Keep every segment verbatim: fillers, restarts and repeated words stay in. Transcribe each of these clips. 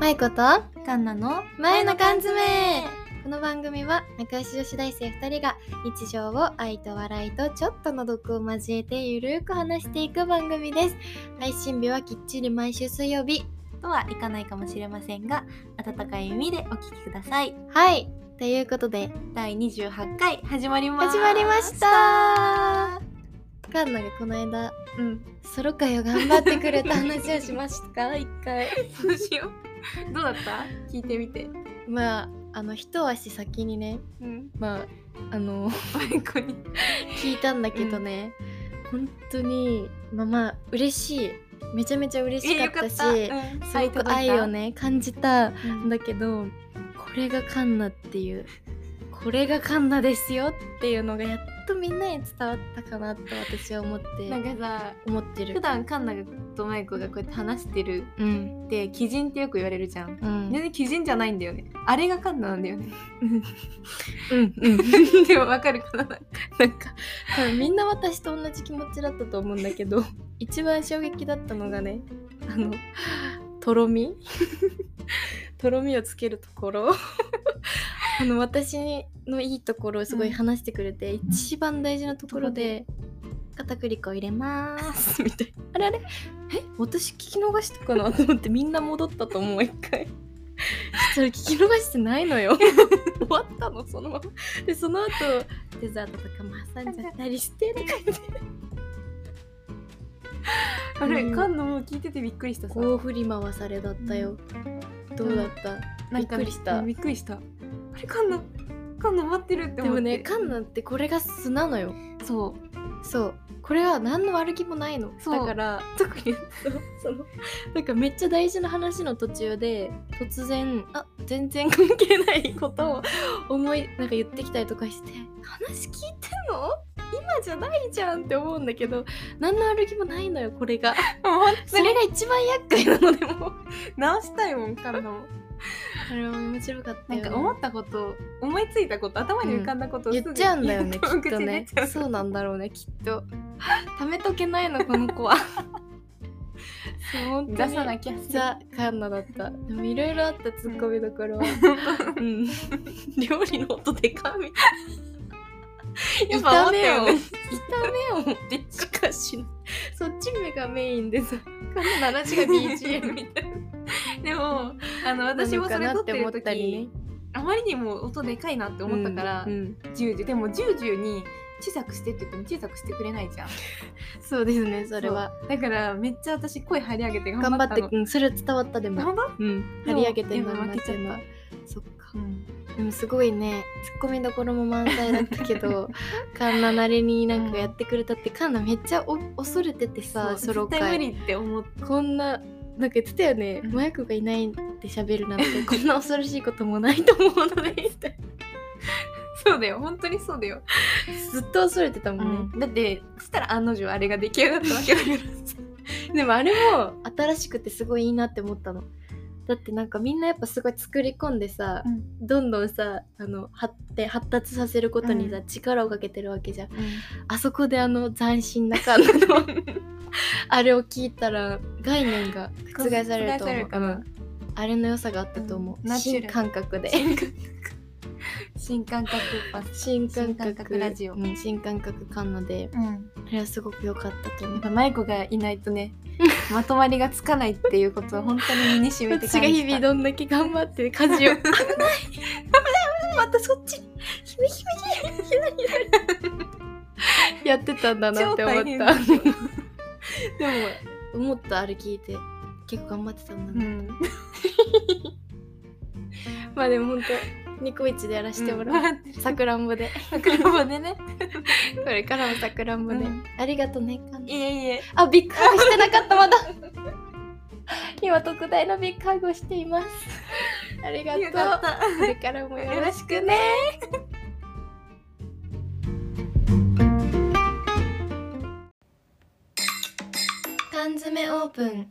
まいことカンナの前の缶詰。この番組は仲良し女子大生ふたりが日常を愛と笑いとちょっとの毒を交えてゆるく話していく番組です。配信日はきっちり毎週水曜日とはいかないかもしれませんが、温かい耳でお聞きください。 はい、ということでだいにじゅうはちかい始まります。 始まりました。カンナがこの間、 うん、 ソロ会を頑張ってくれた話をしました一回。 そうしよう。どうだった？聞いてみて。 まああの一足先にね、 うん、 まああのマイコに聞いたんだけどね、うん、本当にまあまあ嬉しい、めちゃめちゃ嬉しかったし、 えーうん、 すごく愛をね感じたんだけど、うん、これがカンナっていう、これがカンナですよっていうのがやっとみんなに伝わったかなと私は思ってなんかさ思ってる。 普段カンナとマイコがこうやって話してるって、うん、鬼人ってよく言われるじゃん、うん、全然鬼人じゃないんだよね。あれがカンナなんだよね。うんうんでもわかるかな。なんか多分みんな私と同じ気持ちだったと思うんだけど一番衝撃だったのがね、あのとろみとろみをつけるところあの私のいいところをすごい話してくれて、うん、一番大事なところで片栗粉入れますみたいな。あれあれえ私聞き逃したかなと思ってみんな戻ったと思う一回。それ聞き逃してないのよ。終わったのそのままで、その後デザートとかも挟んじゃったりしてとか言ってあれ、うん、カンナもう聞いててびっくりしたさ。 大振り回されだったよ、うん、どうだった、うん、びっくりした。 びっくりした。あれカンナカンナ待ってるって思って。 でもね、カンナってこれが素なのよ。 そうそう、これは何の悪気もないの。だから特にそのなんかめっちゃ大事な話の途中で突然あ全然関係ないことを思いなんか言ってきたりとかして、話聞いてんの今じゃないじゃんって思うんだけど、何の歩きもないのよこれが。それが一番厄介なのでも直したいもんカンナも。 あれは面白かったよ、ね、 なんか思ったこと思いついたこと頭に浮かんだことをすぐ、 うん、言っちゃうんだよねきっとね。そうなんだろうねきっと。貯めとけないのこの子は。そう本当に出さなきゃザ・カンナだった。でもいろいろあったツッコミどころは、うん、料理の音でかみたいな。やっぱ思ったよね。炒めをってしかしないそっちがメインでさ、カンナの話が ビージーエム みたいな。 でもあの私もそれ撮ってる時に、ね、あまりにも音でかいなって思ったから、うんうん、ジュージュでもジュージュに小さくしてって言っても小さくしてくれないじゃん。 そうですね、それは。 だからめっちゃ私声張り上げて頑張ったの。頑張って、 うん、それ伝わった。でも頑張っ、 うん、張り上げてんだなっていうのは。そっか、うん、でもすごいねツッコミどころも満載だったけどカンナなりになんかやってくれたって、うん、カンナめっちゃお恐れててさ、ソロ会絶対無理って思って、 こんななんか言ってたよね、マイクがいないで喋るなんてこんな恐ろしいこともないと思うのでみたいな。 そうだよ、本当にそうだよ。 ずっと恐れてたもんね、 うん、だってそしたら案の定あれが出来上がったわけだからでもあれも新しくてすごいいいなって思ったの。だってなんかみんなやっぱすごい作り込んでさ、うん、どんどんさあの発展発達させることにさ、うん、力をかけてるわけじゃん、うん、あそこであの斬新な感じのあれを聞いたら概念が覆されると思う。うん、あれの良さがあったと思う、うん、新感覚で新感覚パス新感覚、 新感覚ラジオ、 うん、新感覚カンナで、うん、あれはすごく良かったと思う。 やっぱマイコがいないとねまとまりがつかないっていうことは本当に身に染みて感じた。 私が日々どんだけ頑張って家事を危ない危ない危ないまたそっちひめひめひめひめひめやってたんだなって思った。でも思ったあれ聞いて結構頑張ってたんだな、うん、まあでも本当ニコイチでやらせてもらう、うん、さくらんぼでさくらんぼでねこれからもさくらんぼで、うん、ありがとねカンナ。 いえいえ、 あビッグハグしてなかったまだ今特大のビッグハグをしています。ありがとう。これからもよろしくね。缶詰オープン。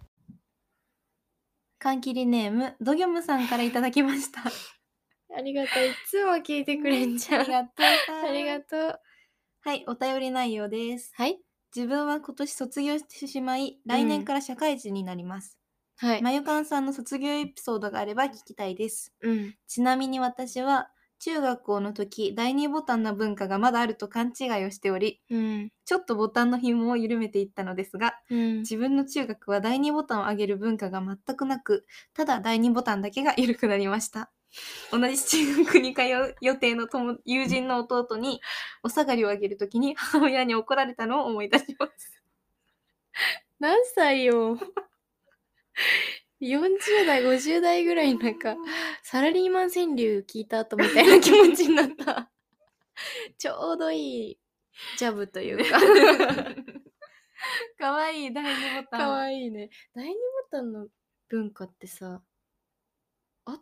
缶切りネームドギョムさんからいただきました。 ありがとう、いつも聞いてくれんじゃん。 ありがとう。 ありがとう。 はい、お便り内容です。 はい。 自分は今年卒業してしまい、来年から社会人になります。 はい。 まゆかんさんの卒業エピソードがあれば聞きたいです。 うん。 ちなみに私は中学校の時第二ボタンの文化がまだあると勘違いをしており、 うん。 ちょっとボタンの紐を緩めていったのですが、 うん。 自分の中学は第二ボタンを上げる文化が全くなく、ただ第二ボタンだけが緩くなりました。同じ中学に通う予定の友友人の弟にお下がりをあげるときに母親に怒られたのを思い出します。 何歳よ。よんじゅう代ごじゅう代ぐらいなんかサラリーマン川柳聞いた後みたいな気持ちになった。ちょうどいいジャブというかかわいい第二ボタン。 かわいいね。第二ボタンの文化ってさ、あった？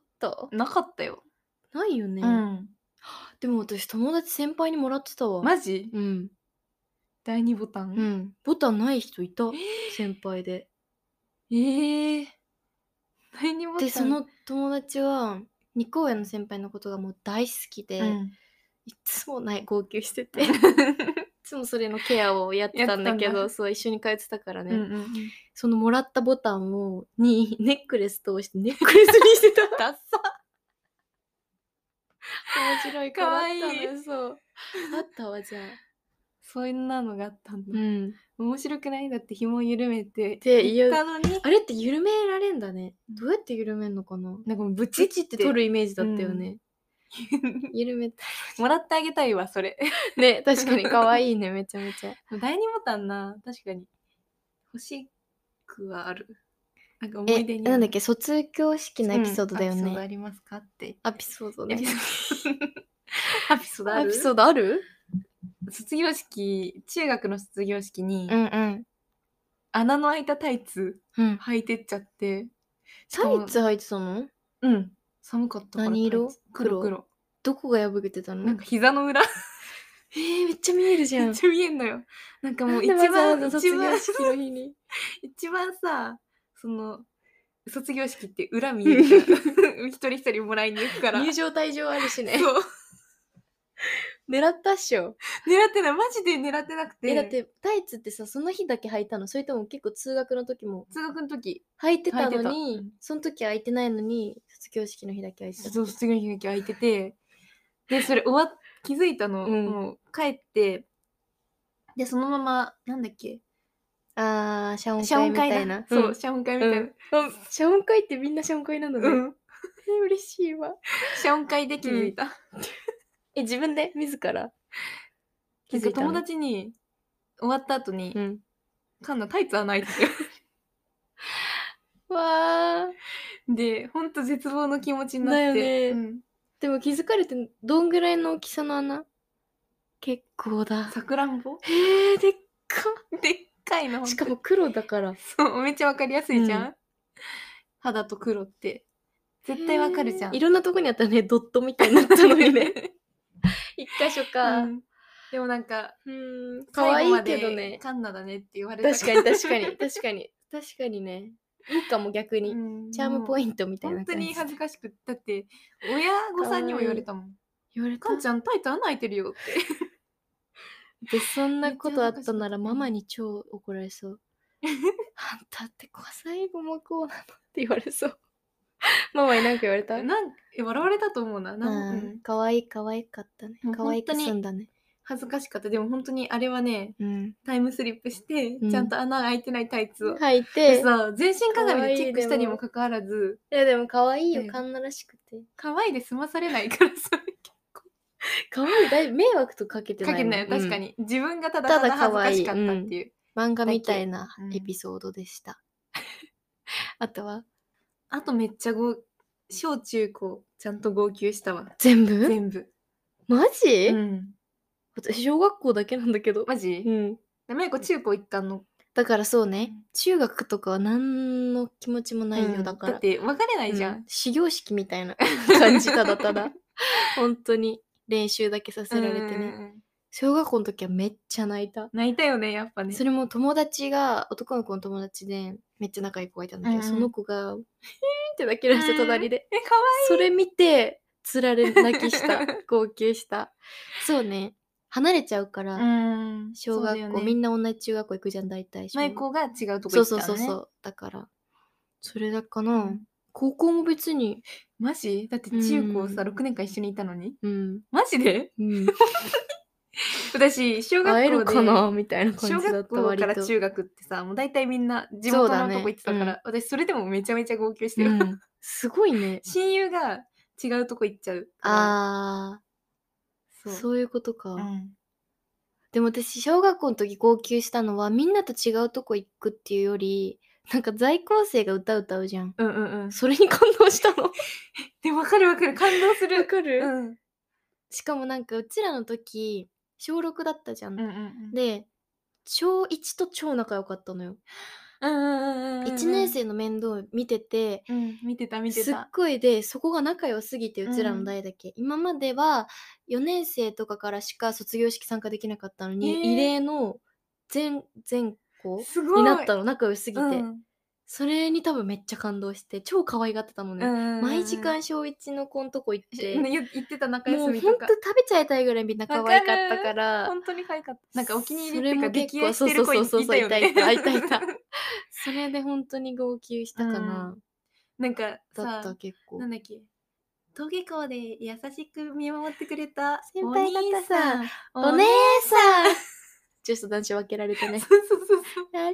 なかったよ。 ないよね。 うん。 でも私友達先輩にもらってたわ。 マジ？ うん。 第二ボタン？ うん。ボタンない人いた。先輩で。 えー、第二ボタン。 で、その友達はにこ上の先輩のことがもう大好きで、 うん、 いつもない号泣してていつもそれのケアをやってたんだけど、そう一緒に通ってたからね、 うんうんうん、 そのもらったボタンをにネックレス通してネックレスにしてたダッサ面白い子だったのよ。そうあったわ。じゃあそういうのがあったんだ、 うん、 面白くない？だって紐を緩めてで言ったのに、 あれって緩められんだね。どうやって緩めんのかな。 なんかもうブチブチって取るイメージだったよね、うん、緩めたもらってあげたいわそれね。確かに可愛いねめちゃめちゃ。 第二ボタンな、確かに欲しくはある。なんか思い出に。 え、なんだっけ、卒業式のエピソードだよね。 うん、エピソードありますかって。 エピソードね。 エピソードある？ エピソードある？ 卒業式、中学の卒業式に、 うんうん、 穴の開いたタイツ履いてっちゃって、 うん、タイツ履いてたの？ うん。寒かったから。 何色？ 黒黒。 どこが破けてたの？ なんか膝の裏えー、めっちゃ見えるじゃん。 めっちゃ見えんのよ。なんかもう一番卒業式の日に一番さ、その卒業式って裏見えるから一人一人もらいに行くから入場退場あるしね。 そう狙ったっしょ。 狙ってない、マジで狙ってなくて。 え、だってタイツってさ、その日だけ履いたの？それとも結構通学の時も？ 通学の時履いてたのに、 うん、 その時履いてないのに卒業式の日だけ履いてた。 そう、卒業式の日だけ履いてて、でそれ終わ気づいたの、うん、もう帰ってでそのままなんだっけ、 あー、謝恩会みたいな。 そう、謝恩会みたいな、うん、 謝恩会ってみんな謝恩会なのね、うん、え嬉しいわ。 謝恩会で気づいた、うん、 え自分で自ら気づいたの？友達に終わった後に、うん、カンナタイツ穴開いてたよわーでほんと絶望の気持ちになって。だよね、うん、 でも気づかれてどんぐらいの大きさの穴？結構だ。 さくらんぼ？ へえ、でっかでっかいの。 しかも黒だから。 そうめっちゃわかりやすいじゃん、うん、肌と黒って絶対わかるじゃん。 いろんなとこにあったね、ドットみたいになったのにね一箇所か、うん、 でもなんかうん可愛いけどね。 カンナだねって言われた。 確かに確かに確かに確かにね。いいかも逆に、うん、チャームポイントみたいな感じ。 本当に恥ずかしくだって親御さんにも言われたもん。 言われた。 カンちゃんタイツ穴開いてるよってでそんなことあったならママに超怒られそうあんたってこ最後もこうなのって言われそうママに何か言われた？ なんえ笑われたと思うな。なん、 うん、かわいいかわいかったね。かわいくすんだね。 恥ずかしかった。でも本当にあれはね、うん、タイムスリップして、うん、ちゃんと穴開いてないタイツを履いてさ、全身鏡でチェックしたにもかかわらず。 いやでも可愛いよ、カンナらしくて。 可愛いで済まされないからそれ結構可愛いだい迷惑とかけてない。 かけない確かに、うん、自分がただただ恥ずかしかったっていう、 うん、漫画みたいなエピソードでした、うん、あとはあとめっちゃご小中高ちゃんと号泣したわ。 全部全部マジ？ うん。 私小学校だけなんだけど。 マジ？ うん。 でも中高一貫の。 だからそうね、うん、中学とかは何の気持ちもないよ、うん、だから。 だって分かれないじゃん。うん、 始業式みたいな感じただただ。本当に練習だけさせられてね。うんうん、小学校の時はめっちゃ泣いた。 泣いたよねやっぱね。 それも友達が男の子の友達でめっちゃ仲いい子がいたんだけど、うん、その子がヒーンって泣き出して隣で、 うん、えかわいい。 それ見てつられ泣きした号泣した。そうね、離れちゃうから、うん、小学校、ね、みんな同じ中学校行くじゃん大体。 前校が違うとこ行ったのね。 そうそうそうそう、だからそれだかな、 うん、 高校も別に。 マジ？だって中高さ、 うんろくねんかん一緒にいたのに。 うんマジで？ うん私小学校で会えるかなみたいな感小じだった。 学校から割と中学ってさ、もう大体みんな地そうだね元のとこ行ってたから、 うん私それでもめちゃめちゃ号泣してる、 うんすごいね。 親友が違うとこ行っちゃうから。 あーそうそういうことか、 うんでも私小学校の時号泣したのはみんなと違うとこ行くっていうより、なんか在校生が歌歌うじゃん。 うんうんうん。 それに感動したの。 でも分かる分かる、感動する。 わかる、 うんしかもなんかうちらの時小ろくだったじゃん、 うんうんうん。 で小いちと超仲良かったのよ。 うんうんうんうんうん。 いちねん生の面倒見てて、 うん見てた見てすった。 ごいでそこが仲良すぎて、うちらのうん代だけ、今まではよねん生とかからしか卒業式参加できなかったのに、 へー異例の全全校すごいになったの、仲良すぎて、 うんそれに多分めっちゃ感動して超可愛がってたのね、 うんうんうん。 毎時間小いちの子んとこ行って、 ね言言ってた仲もう良すみとか。 ほんと食べちゃいたいぐらいみんな可愛かったから本当に可愛かった。なんかお気に入りそれっていうかも結構溺愛してる子いそうそうそうそうたよね。 いたいたいたいたそれで本当に号泣したかな、 なんかだったさ、 結構なんだっけ、登下校で優しく見守ってくれた先輩方さお兄さん、 お姉さん女子と男子分けられてねそうそうそうそう。 ありがとう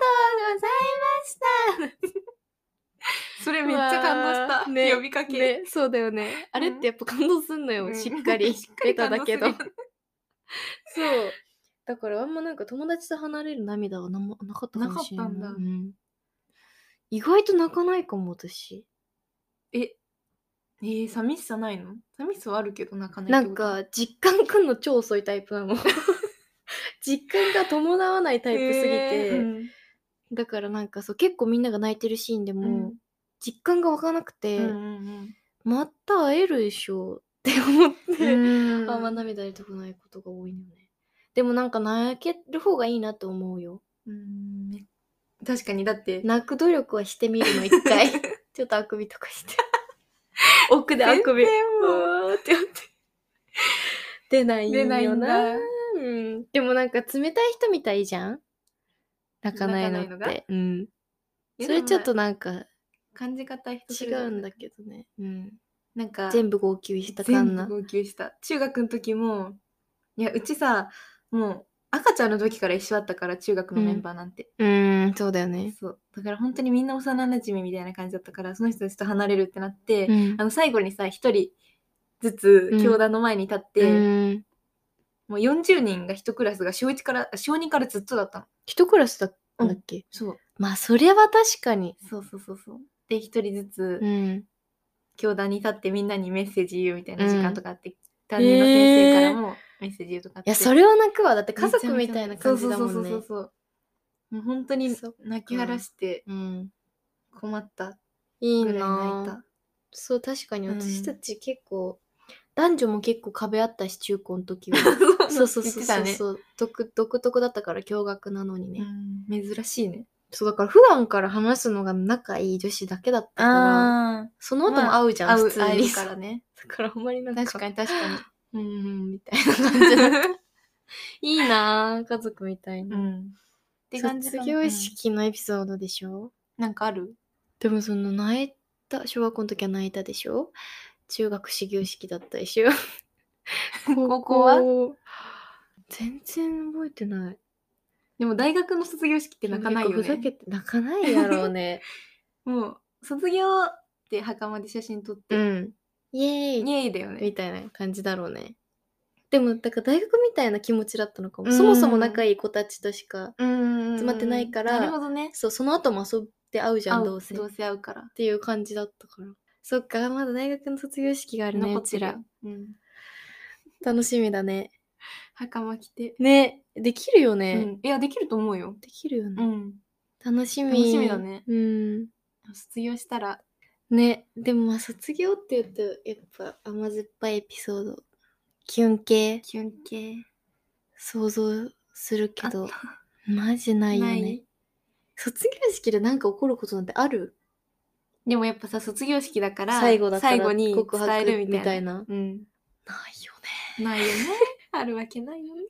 ございましたそれめっちゃ感動した。 ね、 呼びかけ。 ね、そうだよね、あれってやっぱ感動すんのよ、 うんしっかりしっかりベタだけど感動するよねそうだからあんまなんか友達と離れる涙はなんもなかったかもしれない。 なかったんだうん意外と泣かないかも私。 え、えー、寂しさないの？寂しさはあるけど泣かないなんってこと？ か実感くんの超遅いタイプなの実感が伴わないタイプすぎて、 えーうんだからなんかそう結構みんなが泣いてるシーンでも、 うん実感が湧かなくて、 うんうんまた会えるでしょって思って、 うんあんま涙出てこないことが多いのね。でもなんか泣ける方がいいなと思うよ。 うんね確かに。だって泣く努力はしてみるの一回ちょっとあくびとかして奥であくび全然もううーってやって出ないんよな。 出ないんだ。 うん、でもなんか冷たい人みたいじゃん、泣かないのって。 泣かないのがうんいやそれちょっとなんか感じ方人そ違れぞれうんだけどね。うんなんか全部号泣したかんな。 全部号泣した。中学の時も、いやうちさ、もう赤ちゃんの時から一緒だったから、中学のメンバーなんて、 うーんそうだよね。 そうだから本当にみんな幼馴染みたいな感じだったから、その人たちと離れるってなって、 うんあの最後にさ一人ずつ教団の前に立って、 うんもうよんじゅうにんが一クラスが小いちから小にからずっとだったの。 一クラスだったんだっけ、 そうまあそれは確かに。 そうそうそうそう。で一人ずつうん教壇に立ってみんなにメッセージ言うみたいな時間とかあって、担ん任の先生からもメッセージ言うとかあって、 いやそれは泣くわ。だって家族みたいな感じだもんね。 そうそうそうそう。もう本当にそっか泣き晴らしてうん困ったいいぐらい泣いなた。 そう確かにうん私たち結構、男女も結構壁あったし中高の時はそそううそうそうそう言ってたねそう独独特だったから驚愕なのにね、 うん珍しいね。 そうだから普段から話すのが仲いい女子だけだったからあその後も会うじゃん、 あ、 普通に会うからね。 だからあんまりなんか確かに確かに。 うんうんみたいな感じだったいいなぁ家族みたいな、 うん。って感じかな。 卒業式のエピソードでしょ、 うんなんかある？ でもその泣いた小学校の時は泣いたでしょ、中学始業式だったでしょ高校は全然覚えてない。 でも大学の卒業式って泣かないよね。 ふざけて泣かないやろうねもう卒業って袴で写真撮って、 うんイエーイイエーイだよね。 みたいな感じだろうね。でもだから大学みたいな気持ちだったのかも、 うんそもそも仲いい子たちとしかうん集まってないから、 なるほどね。 そうその後も遊って会うじゃん、 会うどうせっどうせ会うから。 ていう感じだったから。そっかまだ大学の卒業式があるね、 残ってるようちら。 うん。 楽しみだね。 袴着て。 ねできるようね、 ん。いやできると思うよ。 できるよね、 うん。 楽しみ楽しみだね。 うん卒業したら。 ねでもまあ卒業って言うとやっぱ甘酸っぱいエピソードキュン系キュン系。 想像するけどあっマジないよね。 ない卒業式でなんか起こることなんてある？ でもやっぱさ卒業式だから最後だから最後に告白伝えるみたいな。 みたいなうん。 ないよね。 ないよね。あるわけないよね。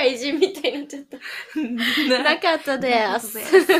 怪人みたいになっちゃった。なかったです。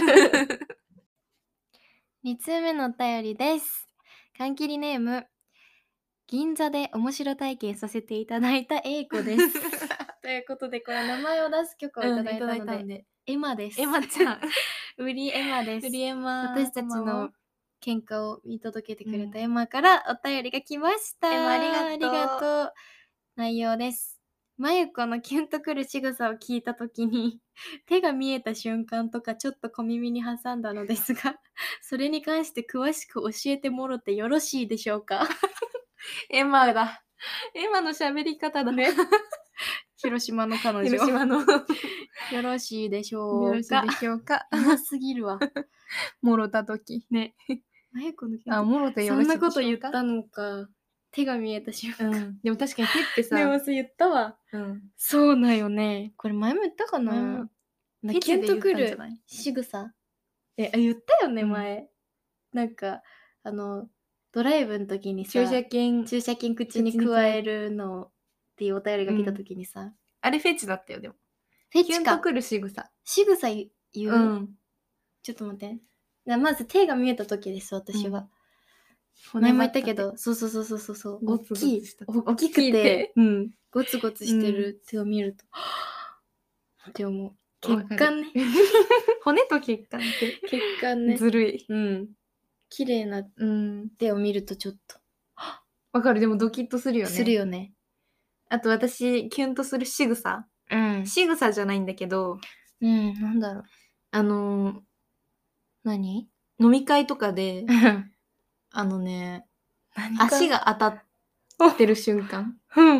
に通目のお便りです。缶切りネーム、銀座で面白体験させていただいた英子です。ということで、これ名前を出す許可をいただいたので、うん、いただいたんでエマです。 エマちゃん。 ウリエマです。 ウリエマ。 私たちの喧嘩を見届けてくれたエマからお便りが来ました。 エマありがとう。 ありがとう。内容です。まゆこのキュンとくる仕草を聞いたときに手が見えた瞬間とかちょっと小耳に挟んだのですが、それに関して詳しく教えてもろてよろしいでしょうか。 エマだ。エマの喋り方だね。 広島の彼女。 広島の。 よろしいでしょうか。 よろしいでしょうか。 甘すぎるわ。 もろたとき。 ね。まゆこのあ、もろてよろしいでしょうか。 そんなこと言ったのか。手が見えた瞬間、 うん、でも確かに手ってさ、 でもさ言ったわ、うん、そうだよね。これ前も言ったかな、うん、キュンとくる仕草え言ったよね、うん、前なんかあのドライブの時にさ駐車券駐車券口に加えるのっていうお便りが来た時にさ、うん、 あれフェチだったよ。でもフェチか、 キュンとくる仕草仕草言う、 うん、 ちょっと待って、まず手が見えた時です私は、うん骨前も言ったけど、そうそうそうそうそう、 大きい、 大きくて、うん、ゴツゴツしてる手を見ると、うん、って思う。血管ね。 骨と血管って血管ね。 ずるい。 うん。綺麗な手を見るとちょっと。 わかる、でもドキッとするよね。 するよね。 あと私キュンとする仕草。うん。仕草じゃないんだけど、 うん、なんだろう。 あのー、 何？ 飲み会とかで。あのね、足が当たってる瞬間。うん。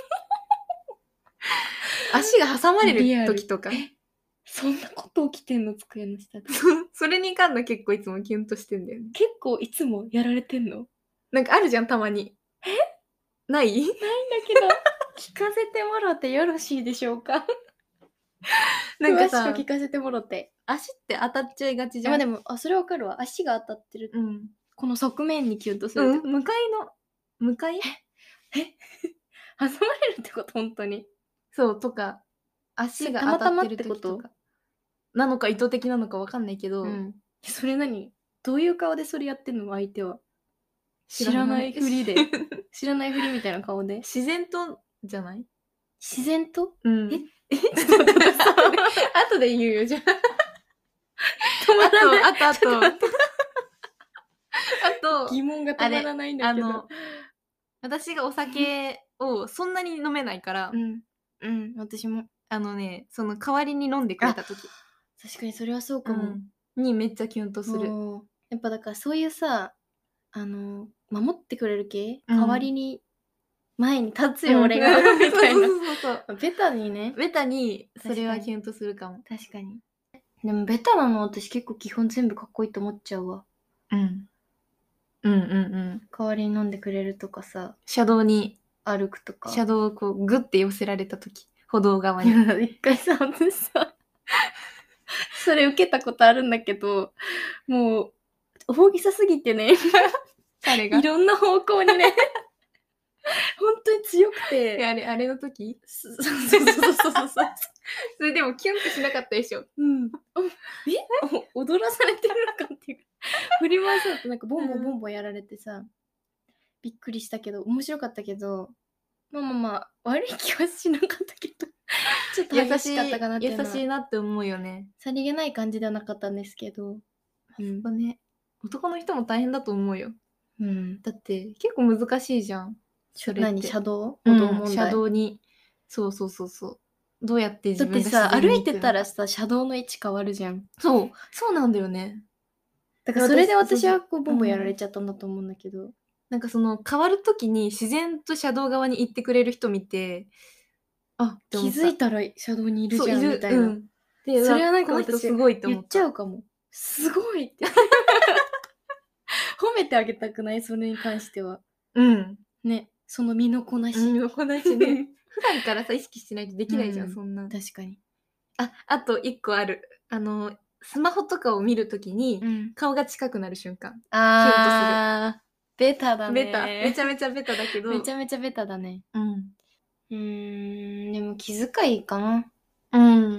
足が挟まれる時とか。 そんなこと起きてんの机の下で。 それに関の結構いつもキュンとしてんだよね。 結構いつもやられてんの？ なんかあるじゃん、たまに。 え？ ない？ないんだけど、聞かせてもらってよろしいでしょうか。なんかさ、詳しく聞かせてもらって。 足って当たっちゃいがちじゃん。 まあでも、あ、それわかるわ。足が当たってる。 うん。 この側面にキュンとする。 うん、向かいの、向かい？ ええ挟まれるってこと本当に。 そう、とか、足が当たってる時とか。なのか意図的なのかわかんないけど、うん、 それ何？どういう顔でそれやってんの相手は。知らないふりで。知らないふりみたいな顔で。 自然とじゃない？ 自然と？ うん。 ええちょっと待って、後で言うよ、じゃあ。止まらない。 あと、あと、あと。あと疑問が止まらないんだけど、あの私がお酒をそんなに飲めないから、 うん、うん、私もあのね、その代わりに飲んでくれた時、 確かにそれはそうかも、 うん、にめっちゃキュンとする。 やっぱだからそういうさ、あの守ってくれる系、うん、代わりに前に立つよ、うん、俺がみたいな。そうそうそう。ベタにね。 ベタにそれはキュンとするかも。 確かに。でもベタなの私結構基本全部かっこいいと思っちゃうわ。 うん。うんうんうん。 代わりに飲んでくれるとかさ。 車道に歩くとか。 車道をこうグッて寄せられた時、歩道側に。 一回さ、私さ、それ受けたことあるんだけど、もう大げさすぎてね。 彼がいろんな方向にね。本当に強くて。 あれ、あれの時？ そうそうそうそうそう。 それでもキュンってしなかったでしょ。 うん。え踊らされてるのかっていうか。振り回されてなんかボンボンボンボンやられてさ、うん、びっくりしたけど、面白かったけど、まあまあまあ、悪い気はしなかったけど、ちょっと優しかったかなっていうのは。 優しいなって思うよね。 さりげない感じではなかったんですけど。 うん。ね、男の人も大変だと思うよ。 うん。 だって結構難しいじゃん。 それ何？車道？ 歩道問題、うん、車道に。そうそうそうそう。どうやって自分が自然にだってさ、歩いてたらさ、車道の位置変わるじゃん。 そう。そうなんだよね。 だからそれで私はこうボンボンやられちゃったんだと思うんだけど。うん、 なんかその変わるときに自然と車道側に行ってくれる人見て、 あ、気づいたら車道にいるじゃんみたいな。うん、で、それはなんか私すごいと思言っちゃうかも。すごいって。褒めてあげたくない？それに関しては。 うん。 ね。その身のこなし。 身のこなしね。普段からさ、意識してないとできないじゃん、うん、そんな。 確かに。 あ、あと一個ある。あの、スマホとかを見るときに、顔が近くなる瞬間。 あー、ベタだね。 ベタ。めちゃめちゃベタだけど。 めちゃめちゃベタだね。 うん。 うーん、でも気遣いかな。 うん。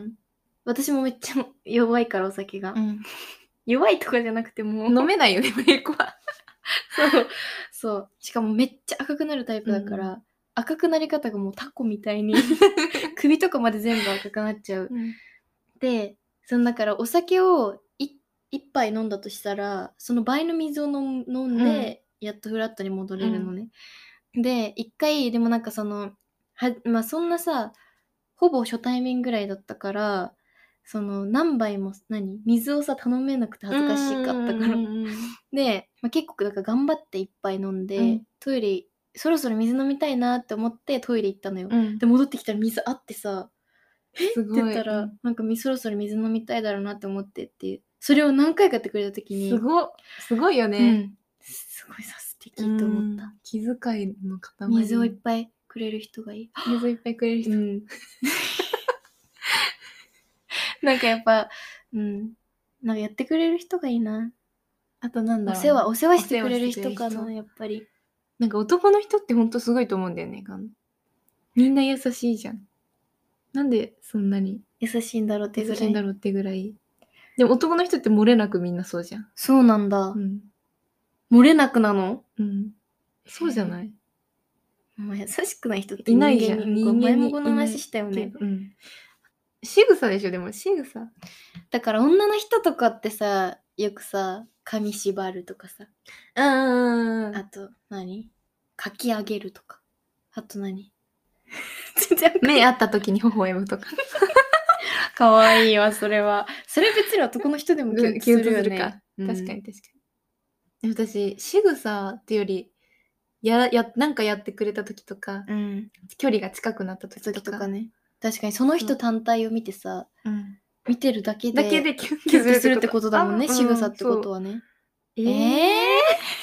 私もめっちゃ弱いからお酒が、 うん、 弱いとかじゃなくても飲めないよねマリエコは。 そうそうしかもめっちゃ赤くなるタイプだから、 うん、 赤くなり方がもうタコみたいに首とかまで全部赤くなっちゃう、 うん、 でそのだからお酒をい一杯飲んだとしたらその倍の水を飲ん飲んで、やっとフラットに戻れるのね、うん、で一回でもなんかそのはまあそんなさほぼ初対面ぐらいだったからその何杯も何水をさ頼めなくて恥ずかしかったからで、まあ、結構だから頑張って一杯飲んで、うん、トイレそろそろ水飲みたいなって思ってトイレ行ったのよ、うん、で戻ってきたら水あってさえって言ったら、うん、なんかそろそろ水飲みたいだろうなって思ってっていうそれを何回かやってくれた時にすごすごいよね、うん、 すごいさ素敵と思った。 気遣いの塊。 水をいっぱいくれる人がいい。 水をいっぱいくれる人、うん、 なんかやっぱうんなんかやってくれる人がいいな。あとなんだろうお世話お世話してくれる人かなやっぱり。 なんか男の人ってほんとすごいと思うんだよね。みんな優しいじゃん。なんでそんなに優しいんだろうってぐらい。 優しいんだろうってぐらい。でも男の人って漏れなくみんなそうじゃん。 そうなんだ。うん、漏れなくなの？ うん。そうじゃない？ もう優しくない人っていないじゃん。 人間に前もこの話したよね。 うん。仕草でしょでも仕草。 だから女の人とかってさよくさ髪縛るとかさ。 うん。 あと何？かき上げるとか。あと何？ 目合った時に微笑むとか。 かわいいわそれは。それ別に男の人でもキュンとするよね。 かうん、確かに確かに。私仕草ってよりややなんかやってくれた時とか、うん、距離が近くなった時と か, とかね。確かにその人単体を見てさ、うん、見てるだけでだけでキュンとするってことだもんね。仕草ってことはね。 えー、え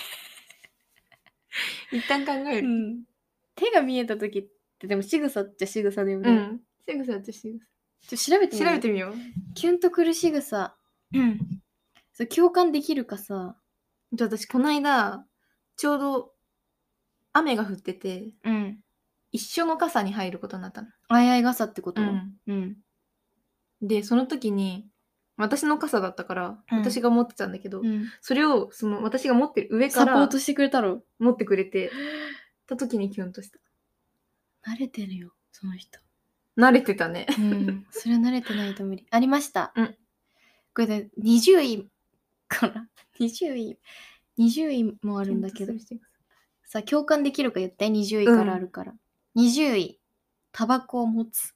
ー、一旦考える、うん。 手が見えた時ってでも仕草っちゃ仕草だよね。 うん。仕草っちゃ仕草。 ちょ調べてみよう。 調べてみよう。 キュンとくる仕草。うん。そう共感できるかさ。 じゃ私この間ちょうど雨が降ってて、うん、一緒の傘に入ることになったの。 あいあい傘ってこと？ うん。うん、でその時に私の傘だったから、うん、私が持ってたんだけど、うん、それをその私が持ってる上からサポートしてくれたろ？ 持ってくれてた時にキュンとした。 慣れてるよその人。 慣れてたね。 うん。それは慣れてないと無理。ありました。 うん。 これでにじゅういからにじゅういにじゅういもあるんだけど。さあ共感できるか言ってにじゅういからあるから。うん、にじゅういタバコを持つ。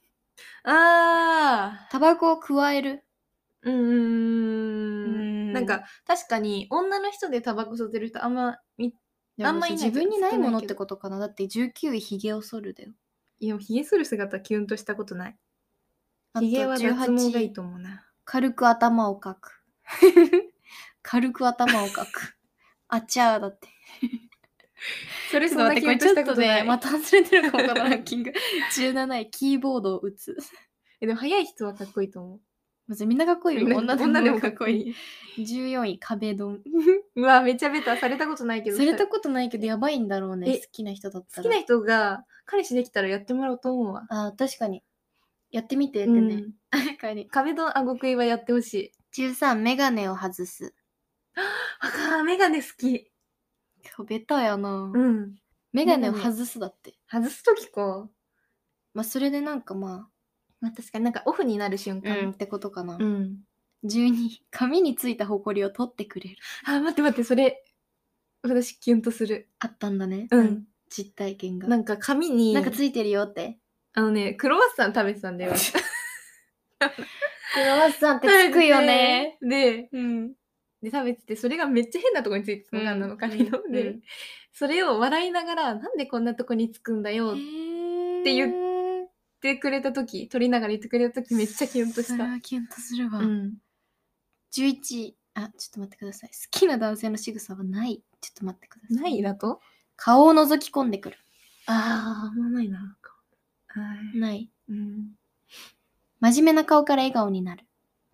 あータバコを加える。 うーん。うんなんか確かに女の人でタバコ吸ってる人あんまみあんまいない。自分にないものってことかな。だってじゅうきゅういひげを剃るだよ。 いやひげ剃る姿キュンとしたことない。ひげは脱毛がいいと思うな。 軽く頭をかく。軽く頭をかく。あちゃーだって。 それそんなキュンとしたことない。 また外れてるかもこのランキング。じゅうなないキーボードを打つ。 えでも早い人はかっこいいと思う。 まずみんなかっこいいよ。 女でも, 女でもかっこいい。じゅうよんい壁ドン。 うわめちゃベタされたことないけど。 されたことないけどやばいんだろうね。好きな人だったら。 好きな人が彼氏できたらやってもらおうと思うわ。 あ確かに。やってみてってね。 うん、壁ドンあご食いはやってほしい。 じゅうさんメガネを外す。 あメガネ好き。 ベタやな。 うん。 メガネを外すだって。 外すときか。 まあそれでなんかまあ。 まあ確かになんかオフになる瞬間、 うん、ってことかな。 うん。 じゅうに髪についたホコリを取ってくれる。 あ待って待ってそれ私キュンとする。 あったんだね。 うん。 実体験が。 なんか髪になんかついてるよって。 あのねクロワッサン食べてたんだよ。 クロワッサンってつくよね。 で、うん、で食べててそれがめっちゃ変なとこについてたの、うん、の髪の、うん、でそれを笑いながらなんでこんなとこにつくんだよって言ってくれた時取りながら言ってくれた時めっちゃキュンとした。 それはキュンとするわ。うん、じゅういちあちょっと待ってください。好きな男性の仕草はない。ちょっと待ってください。 ないだと顔を覗き込んでくる。 あーもうないな。 はいない、うん、真面目な顔から笑顔になる。うん、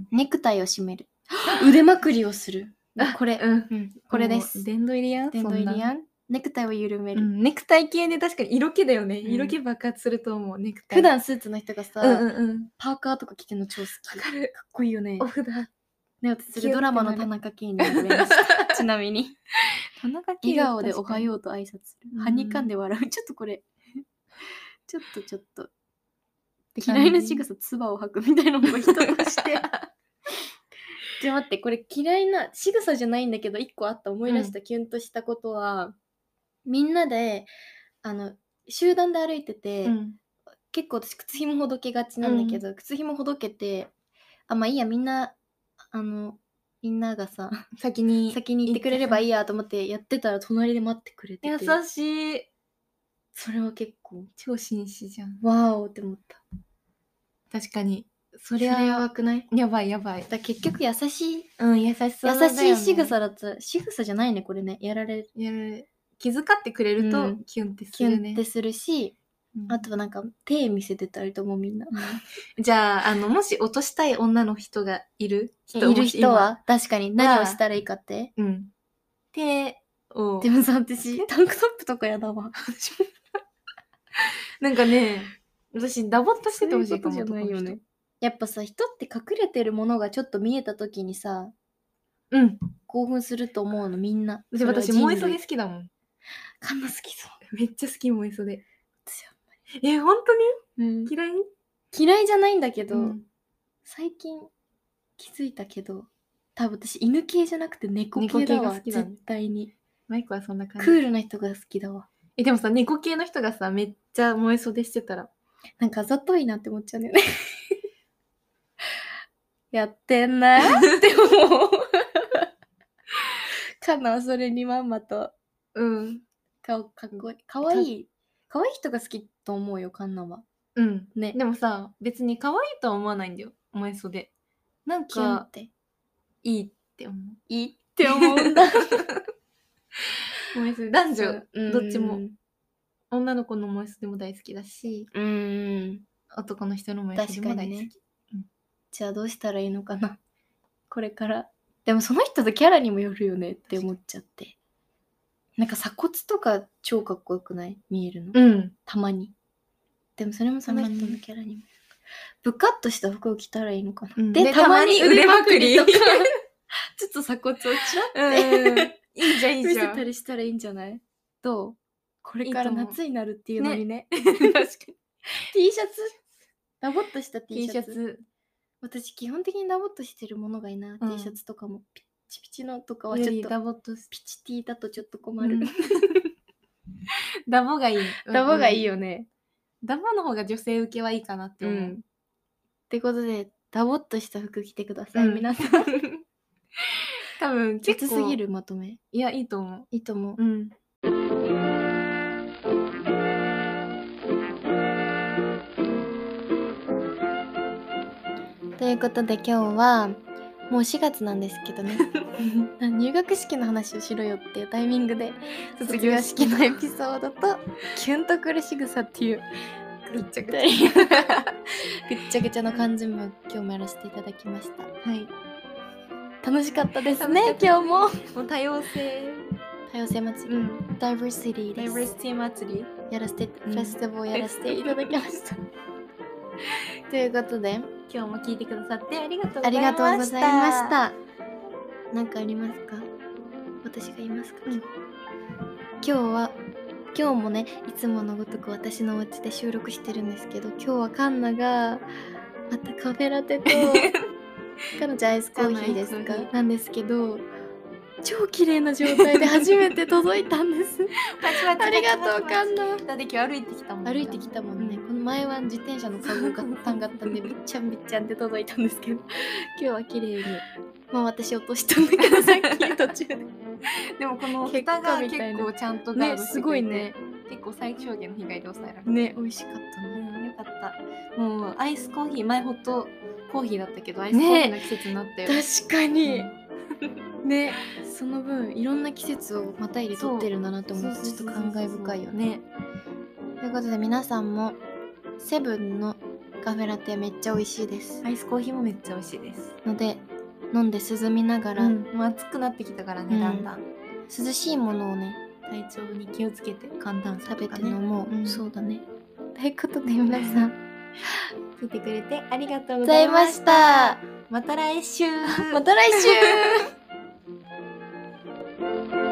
ネクタイを締める。腕まくりをする。これ、うんうん、これです。 殿堂入りやん。 殿堂入りやん。 ネクタイを緩める、 うん、ネクタイ系で確かに色気だよね、 うん色気爆発すると思う。ネクタイ普段スーツの人がさ、 うんうんうんパーカーとか着てるの超好き。 わかる。 かっこいいよね。 オフだ。 ね、私それドラマの田中圭にやられましたちなみに田中圭笑顔でおはようと挨拶する、 うんはにかんで笑うちょっとこれちょっとちょっとて感じ嫌いな仕草唾を吐くみたいなのが人としてじゃあ待って、これ嫌いな仕草じゃないんだけど一個あった思い出したキュンとしたことは、みんなであの集団で歩いてて、 うん結構私靴ひもほどけがちなんだけど、靴ひもほどけて、あまあいいや、みんなあのみんながさ先に先に行ってくれればいいやと思ってやってたら隣で待ってくれてて、 優しい。 それは結構超紳士じゃん。 ワオって思った。 確かにそそれりゃやばくない？ やばいやばい。 だから結局優しいうん優しそうだよね。 優しい仕草だったら仕草じゃないねこれね、やられるやる気遣ってくれるとうんキュンってすキるね。 ュンってするし、 うんあとはなんか手見せてたりともみんな、 じゃああのもし落としたい女の人がいるいるもし人は確かに何をしたらいいかって今うん手をでもさ私タンクトップとかやだわなんかね私ダボっとしててほしいかも。 そういうことじゃないよね。やっぱさ人って隠れてるものがちょっと見えた時にさうん興奮すると思うのみんな。 で私萌え袖好きだもん。 カンナ好きそうめっちゃ好き萌え袖。 私はえ本当にうん嫌い？ 嫌いじゃないんだけど、 うん最近気づいたけど多分私犬系じゃなくて猫系だわ。 猫系が好きだね絶対にマイクはそんな感じ。 クールな人が好きだわ。 えでもさ猫系の人がさめっちゃ萌え袖してたらなんかあざといなって思っちゃうんだよねやってんなって思うカンナはそれにまんまとうん顔かっこいいかわいいかわいい人が好きと思うよカンナはうんね。 でもさ別に可愛いとは思わないんだよ萌え袖。なんキュンっかていいって思う。 いいって思うんだ萌え袖男女うんどっちも女の子の萌え袖も大好きだしうん男の人の萌え袖も大好き。 確かにねじゃあどうしたらいいのかなこれから。でもその人とキャラにもよるよねって思っちゃって、なんか鎖骨とか超かっこよくない？見えるの、 うんたまに。でもそれもその人のキャラにもブカッとした服を着たらいいのかな、 うんででたまに腕まくりとか腕まちょっと鎖骨をちらうんっていいじゃんいい見せじゃん。 たりしたらいいんじゃない？どう？これからいいと思う夏になるっていうのにね確かに T シャツダボっとした T T シャツシャツ私基本的にダボっとしてるものがいいな、 うん T シャツとかもピッチピチのとかはよりちょっとダボっとピチ T だとちょっと困る、 うんダボがいい。 ダボがいいよ。 よね、 ダボの方が女性受けはいいかなって思う。 うんってことでダボっとした服着てください、 うん皆さん多分き結構つすぎるまとめいやいいと思いいと思うう。うん。 ということで今日はもうしがつなんですけどね入学式の話をしろよっていうタイミングで卒業式のエピソードとキュンとくる仕草っていうぐっちゃぐぐっちゃぐちゃの漢字も今日もやらせていただきましたはい。 楽しかったです楽しかねった今日ももう多様性。 多様性祭り、 うん。 ダイバーシティですダイバーシティ祭り。 やらせて、 うんフェスティバルをやらせていただきましたということで今日も聞いてくださってありがとうござあいました。 りがとうございまし。た何かありますか？私がいますか？ うん今日今日は今日もねいつものごとく私のお家で収録してるんですけど今日はカンナがまたカフェラテと彼女アイスコーヒーですかカンナアイスコーヒーなんですけど超綺麗な状態で初めて届いたんですパチパチありがとうカンナだって今日歩いてきたもん。 歩いてきたもんね、この前は自転車のカゴがたんがったんでびっちゃんびっちゃんって届いたんですけど今日は綺麗にまあ私落としたんだけどさっき途中ででもこの結果蓋が結みたいな構ちゃんとガーねドしてくれてすごいね結構最小限の被害で抑えられる。 ね美味しかったうねんよかった。もうアイスコーヒー前ほっとコーヒーだったけどアイスコーヒーの季節になったよ。 確かに、ねその分いろんな季節をまたいで撮ってるんだなと思ってちょっと感慨深いよね。 ね。 ということで皆さんもセブンのカフェラテめっちゃ美味しいですアイスコーヒーもめっちゃ美味しいです。 ので飲んで涼みながら、 うん、もう暑くなってきたからね、 うんだんだん。 涼しいものをね体調に気をつけて寒暖差食べとかねて飲もう、 うんそうだね。ということで皆さん聞いてくれてありがとうごございまざいまししたた。 また来週また来週